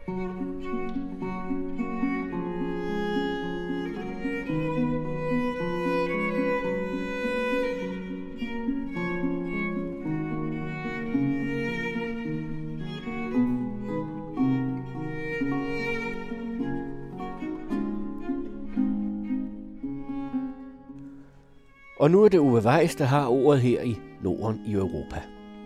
Og nu er det Ove Weiss, der har ordet her i Norden i Europa.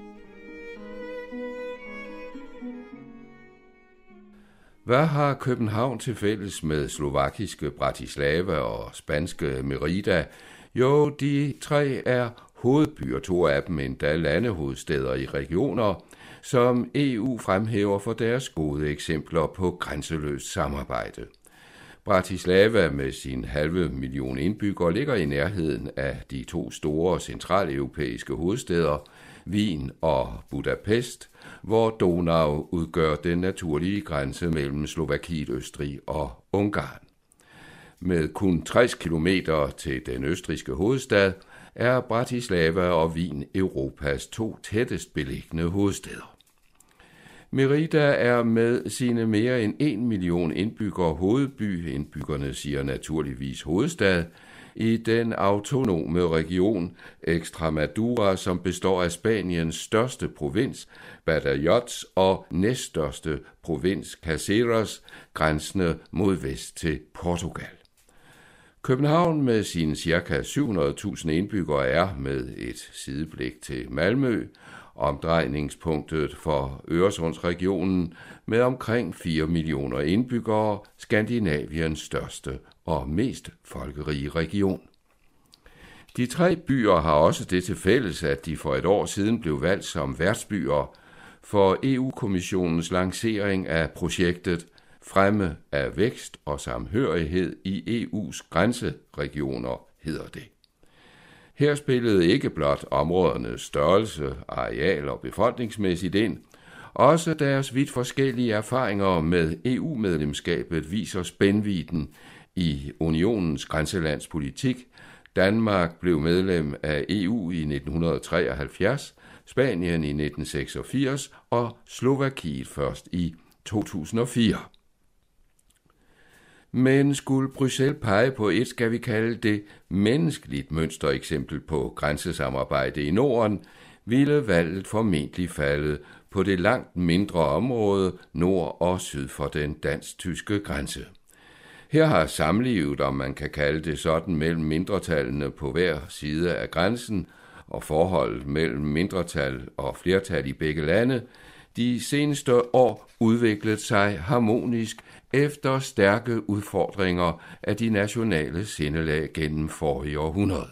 Hvad har København til fælles med slovakiske Bratislava og spanske Merida? Jo, de tre er hovedbyer, to af dem endda landehovedstæder i regioner, som EU fremhæver for deres gode eksempler på grænseløst samarbejde. Bratislava med sin 500.000 indbyggere ligger i nærheden af de to store centraleuropæiske hovedstæder, Wien og Budapest, hvor Donau udgør den naturlige grænse mellem Slovakiet, Østrig og Ungarn. Med kun 60 kilometer til den østrigske hovedstad er Bratislava og Wien Europas to tættest beliggende hovedstæder. Merida er med sine mere end 1 million indbyggere hovedby, indbyggerne siger naturligvis hovedstad, i den autonome region Extremadura, som består af Spaniens største provins, Badajoz, og næststørste provins, Caceres, grænsende mod vest til Portugal. København med sine ca. 700.000 indbyggere er med et sideblik til Malmø, omdrejningspunktet for Øresundsregionen med omkring 4 millioner indbyggere, Skandinaviens største og mest folkerige region. De tre byer har også det til fælles, at de for et år siden blev valgt som værtsbyer for EU-kommissionens lancering af projektet Fremme af vækst og samhørighed i EU's grænseregioner, hedder det. Her spillede ikke blot områdernes størrelse, areal og befolkningsmæssigt ind, også deres vidt forskellige erfaringer med EU-medlemskabet viser spændvidden i unionens grænselandspolitik. Danmark blev medlem af EU i 1973, Spanien i 1986 og Slovakiet først i 2004. Men skulle Bruxelles pege på et, skal vi kalde det, menneskeligt mønstereksempel på grænsesamarbejde i Norden, ville valget formentlig falde på det langt mindre område nord og syd for den dansk-tyske grænse. Her har samlivet, om man kan kalde det sådan, mellem mindretallene på hver side af grænsen og forholdet mellem mindretal og flertal i begge lande, de seneste år udviklet sig harmonisk efter stærke udfordringer af de nationale sindelag gennem forrige århundrede.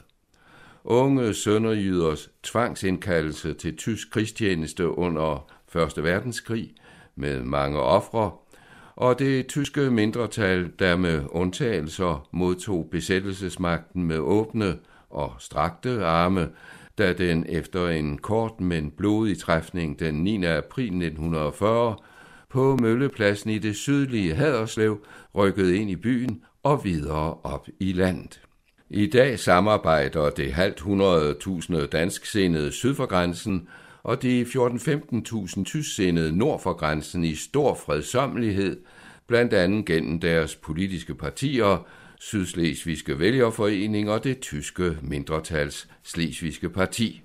Unge sønderjyders tvangsindkaldelse til tysk krigstjeneste under 1. verdenskrig med mange ofre, og det tyske mindretal, der med undtagelser modtog besættelsesmagten med åbne og strakte arme, da den efter en kort, men blodig træfning den 9. april 1940 på Møllepladsen i det sydlige Haderslev rykkede ind i byen og videre op i landet. I dag samarbejder det 500.000 dansksindede syd for grænsen og de 14-15.000 tysksindede nord for grænsen i stor fredsommelighed, blandt andet gennem deres politiske partier, Sydslesvigske Vælgerforening og det tyske mindretals Slesvigske Parti.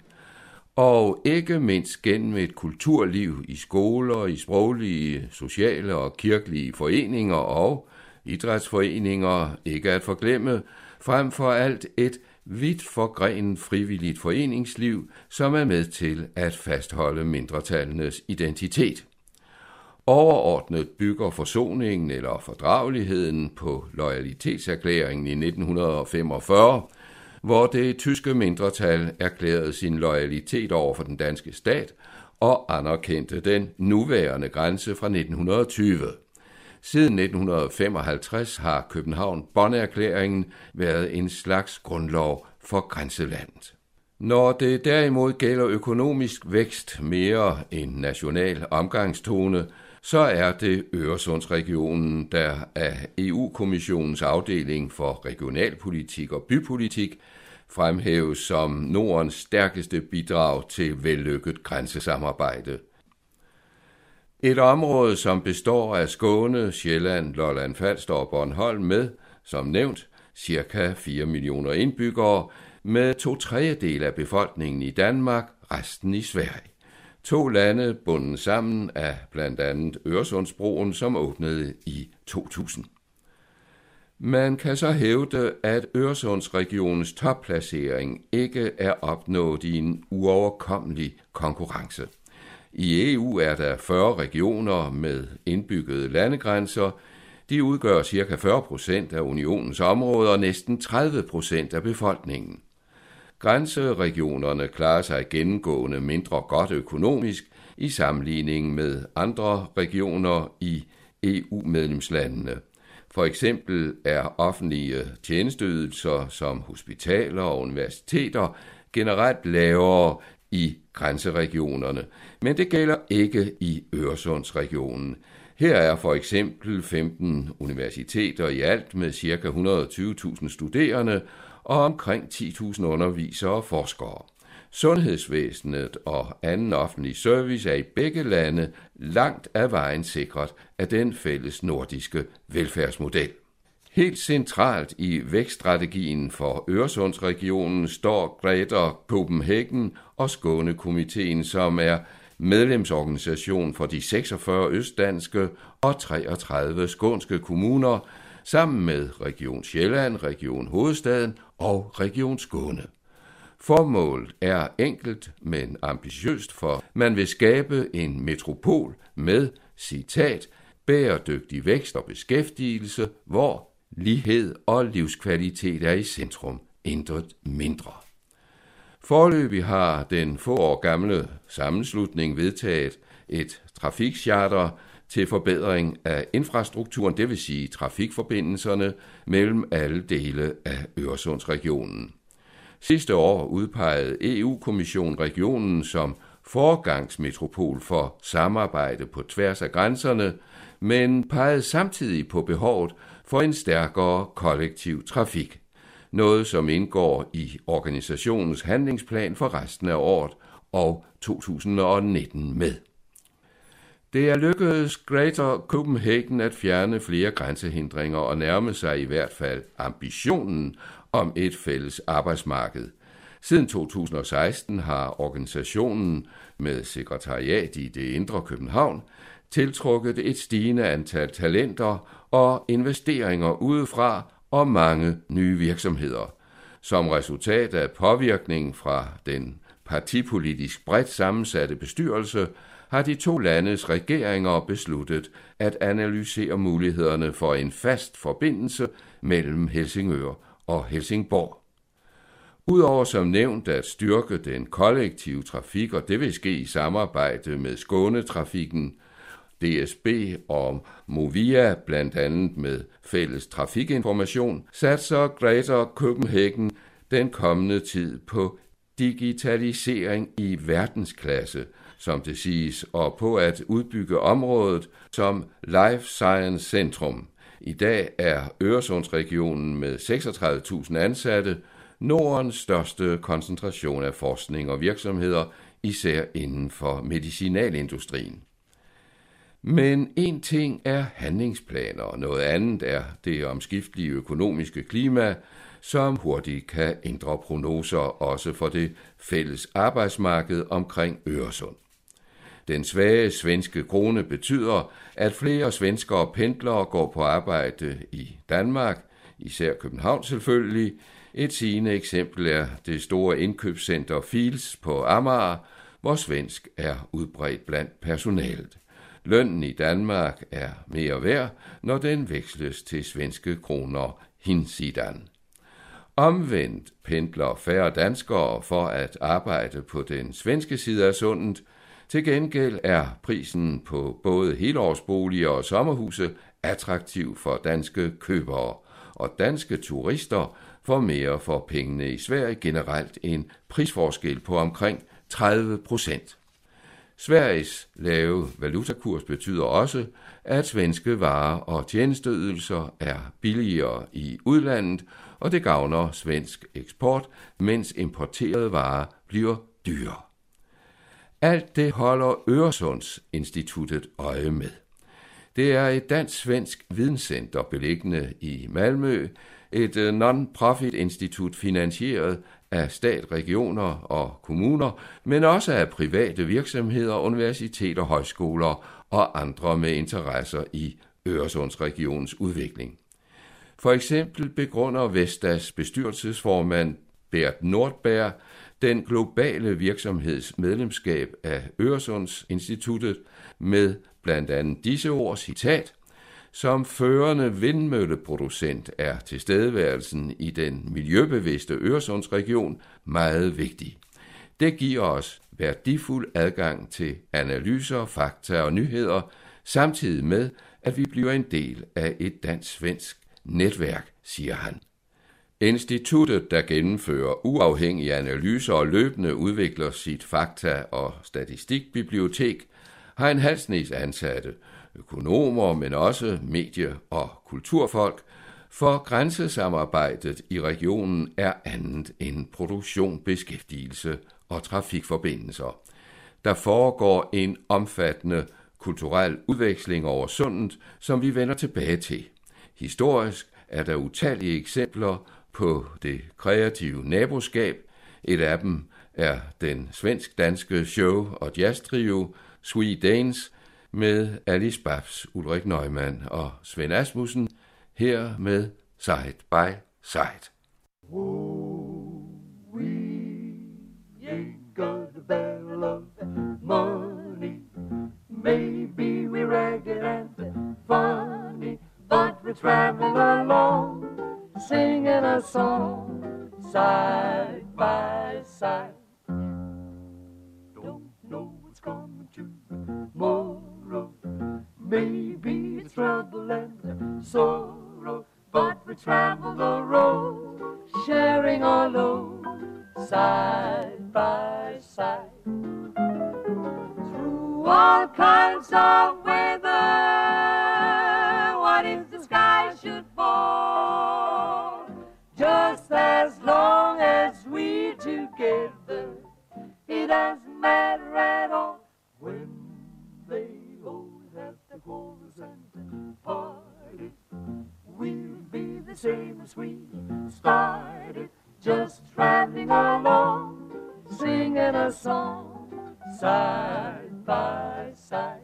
Og ikke mindst gennem et kulturliv i skoler, i sproglige, sociale og kirkelige foreninger og idrætsforeninger, ikke at forglemme, frem for alt et vidt forgrenet frivilligt foreningsliv, som er med til at fastholde mindretallenes identitet. Overordnet bygger forsoningen eller fordrageligheden på loyalitetserklæringen i 1945, hvor det tyske mindretal erklærede sin loyalitet over for den danske stat og anerkendte den nuværende grænse fra 1920. Siden 1955 har København-Bonn-erklæringen været en slags grundlov for grænselandet. Når det derimod gælder økonomisk vækst mere end national omgangstone, så er det Øresundsregionen, der af EU-kommissionens afdeling for regionalpolitik og bypolitik fremhæves som Nordens stærkeste bidrag til vellykket grænsesamarbejde. Et område, som består af Skåne, Sjælland, Lolland Falster og Bornholm med, som nævnt, ca. 4 millioner indbyggere, med 2/3 af befolkningen i Danmark, resten i Sverige. 2 lande bundet sammen af blandt andet Øresundsbroen, som åbnede i 2000. Man kan så hævde, at Øresundsregionens topplacering ikke er opnået i en uoverkommelig konkurrence. I EU er der 40 regioner med indbyggede landegrænser. De udgør ca. 40% af unionens områder og næsten 30% af befolkningen. Grænseregionerne klarer sig gennemgående mindre godt økonomisk i sammenligning med andre regioner i EU-medlemslandene. For eksempel er offentlige tjenesteydelser som hospitaler og universiteter generelt lavere i grænseregionerne, men det gælder ikke i Øresundsregionen. Her er for eksempel 15 universiteter i alt med ca. 120.000 studerende og omkring 10.000 undervisere og forskere. Sundhedsvæsenet og anden offentlig service er i begge lande langt af vejen sikret af den fælles nordiske velfærdsmodel. Helt centralt i vækststrategien for Øresundsregionen står Greater Copenhagen og Skånekomiteen, som er medlemsorganisation for de 46 østdanske og 33 skånske kommuner, sammen med Region Sjælland, Region Hovedstaden og Region Skåne. Formålet er enkelt, men ambitiøst, for man vil skabe en metropol med, citat, bæredygtig vækst og beskæftigelse, hvor lighed og livskvalitet er i centrum, intet mindre. Foreløbig har den få år gamle sammenslutning vedtaget et trafikcharter til forbedring af infrastrukturen, det vil sige trafikforbindelserne mellem alle dele af Øresundsregionen. Sidste år udpegede EU-kommissionen regionen som foregangsmetropol for samarbejde på tværs af grænserne, men pegede samtidig på behovet for en stærkere kollektiv trafik. Noget som indgår i organisationens handlingsplan for resten af året og 2019 med. Det er lykkedes Greater Copenhagen at fjerne flere grænsehindringer og nærme sig i hvert fald ambitionen om et fælles arbejdsmarked. Siden 2016 har organisationen med sekretariat i det indre København tiltrukket et stigende antal talenter og investeringer udefra og mange nye virksomheder. Som resultat af påvirkning fra den partipolitisk bredt sammensatte bestyrelse har de 2 landes regeringer besluttet at analysere mulighederne for en fast forbindelse mellem Helsingør og Helsingborg. Udover som nævnt at styrke den kollektive trafik, og det vil ske i samarbejde med Skånetrafikken, DSB og Movia, blandt andet med fælles trafikinformation, satser Greater Copenhagen den kommende tid på digitalisering i verdensklasse, som det siges, og på at udbygge området som Life Science Centrum. I dag er Øresundsregionen med 36.000 ansatte Nordens største koncentration af forskning og virksomheder, især inden for medicinalindustrien. Men en ting er handlingsplaner, og noget andet er det omskiftelige økonomiske klima, som hurtigt kan ændre prognoser også for det fælles arbejdsmarked omkring Øresund. Den svage svenske krone betyder, at flere svenskere pendlere går på arbejde i Danmark, især København selvfølgelig. Et sigende eksempel er det store indkøbscenter Fils på Amager, hvor svensk er udbredt blandt personalet. Lønnen i Danmark er mere værd, når den veksles til svenske kroner hinsidan. Omvendt pendler færre danskere for at arbejde på den svenske side af sundet. Til gengæld er prisen på både helårsboliger og sommerhuse attraktiv for danske købere, og danske turister får mere for pengene i Sverige, generelt en prisforskel på omkring 30%. Sveriges lave valutakurs betyder også, at svenske varer og tjenesteydelser er billigere i udlandet, og det gavner svensk eksport, mens importerede varer bliver dyrere. Alt det holder Øresundsinstituttet øje med. Det er et dansk-svensk videnscenter beliggende i Malmø, et non-profit institut finansieret af stat, regioner og kommuner, men også af private virksomheder, universiteter, højskoler og andre med interesser i Øresundsregionens udvikling. For eksempel begrunder Vestas bestyrelsesformand Bert Nordberg den globale virksomheds medlemskab af Øresundsinstituttet med blandt andet disse ord, citat: som førende vindmølleproducent er tilstedeværelsen i den miljøbevidste Øresundsregion meget vigtig. Det giver os værdifuld adgang til analyser, fakta og nyheder, samtidig med, at vi bliver en del af et dansk-svensk netværk, siger han. Instituttet, der gennemfører uafhængige analyser og løbende udvikler sit fakta- og statistikbibliotek, har en halv snes ansatte, økonomer, men også medie- og kulturfolk, for grænsesamarbejdet i regionen er andet end produktion, beskæftigelse og trafikforbindelser. Der foregår en omfattende kulturel udveksling over sundet, som vi vender tilbage til. Historisk er der utallige eksempler på det kreative naboskab. Et af dem er den svensk-danske show- og jazztrio Sweet Danes med Alice Babs, Ulrik Neumann og Svend Asmussen, her med Side by Side. We ain't got a barrel of money. Maybe we're ragged and funny, but we travel along, singing a song, side by side. Don't know what's coming tomorrow. Maybe it's trouble and sorrow, but we travel the road, sharing our load, side by side. Through all kinds of weather, what if the sky should fall? Just as long as we're together, it doesn't matter at all. When they always have to call us and party, we'll be the same as we started, just traveling along, singing a song, side by side.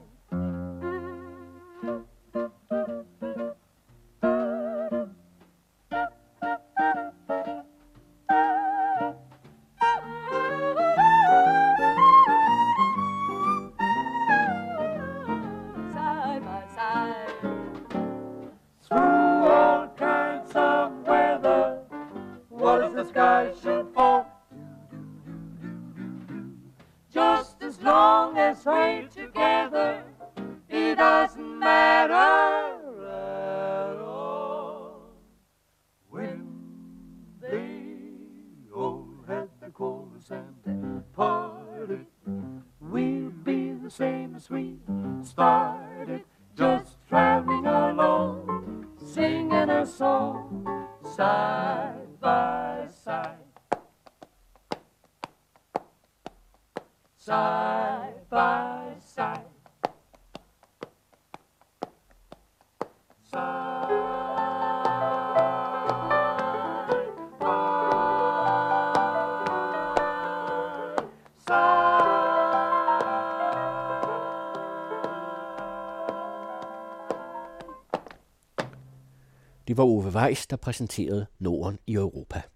Just as long as we're together, it doesn't matter at all. When they all had the chorus and party, we'll be the same as we started, just traveling along, singing a song, side by side. Side by side. Side by side. Det var Ove Weiss, der præsenterede Norden i Europa.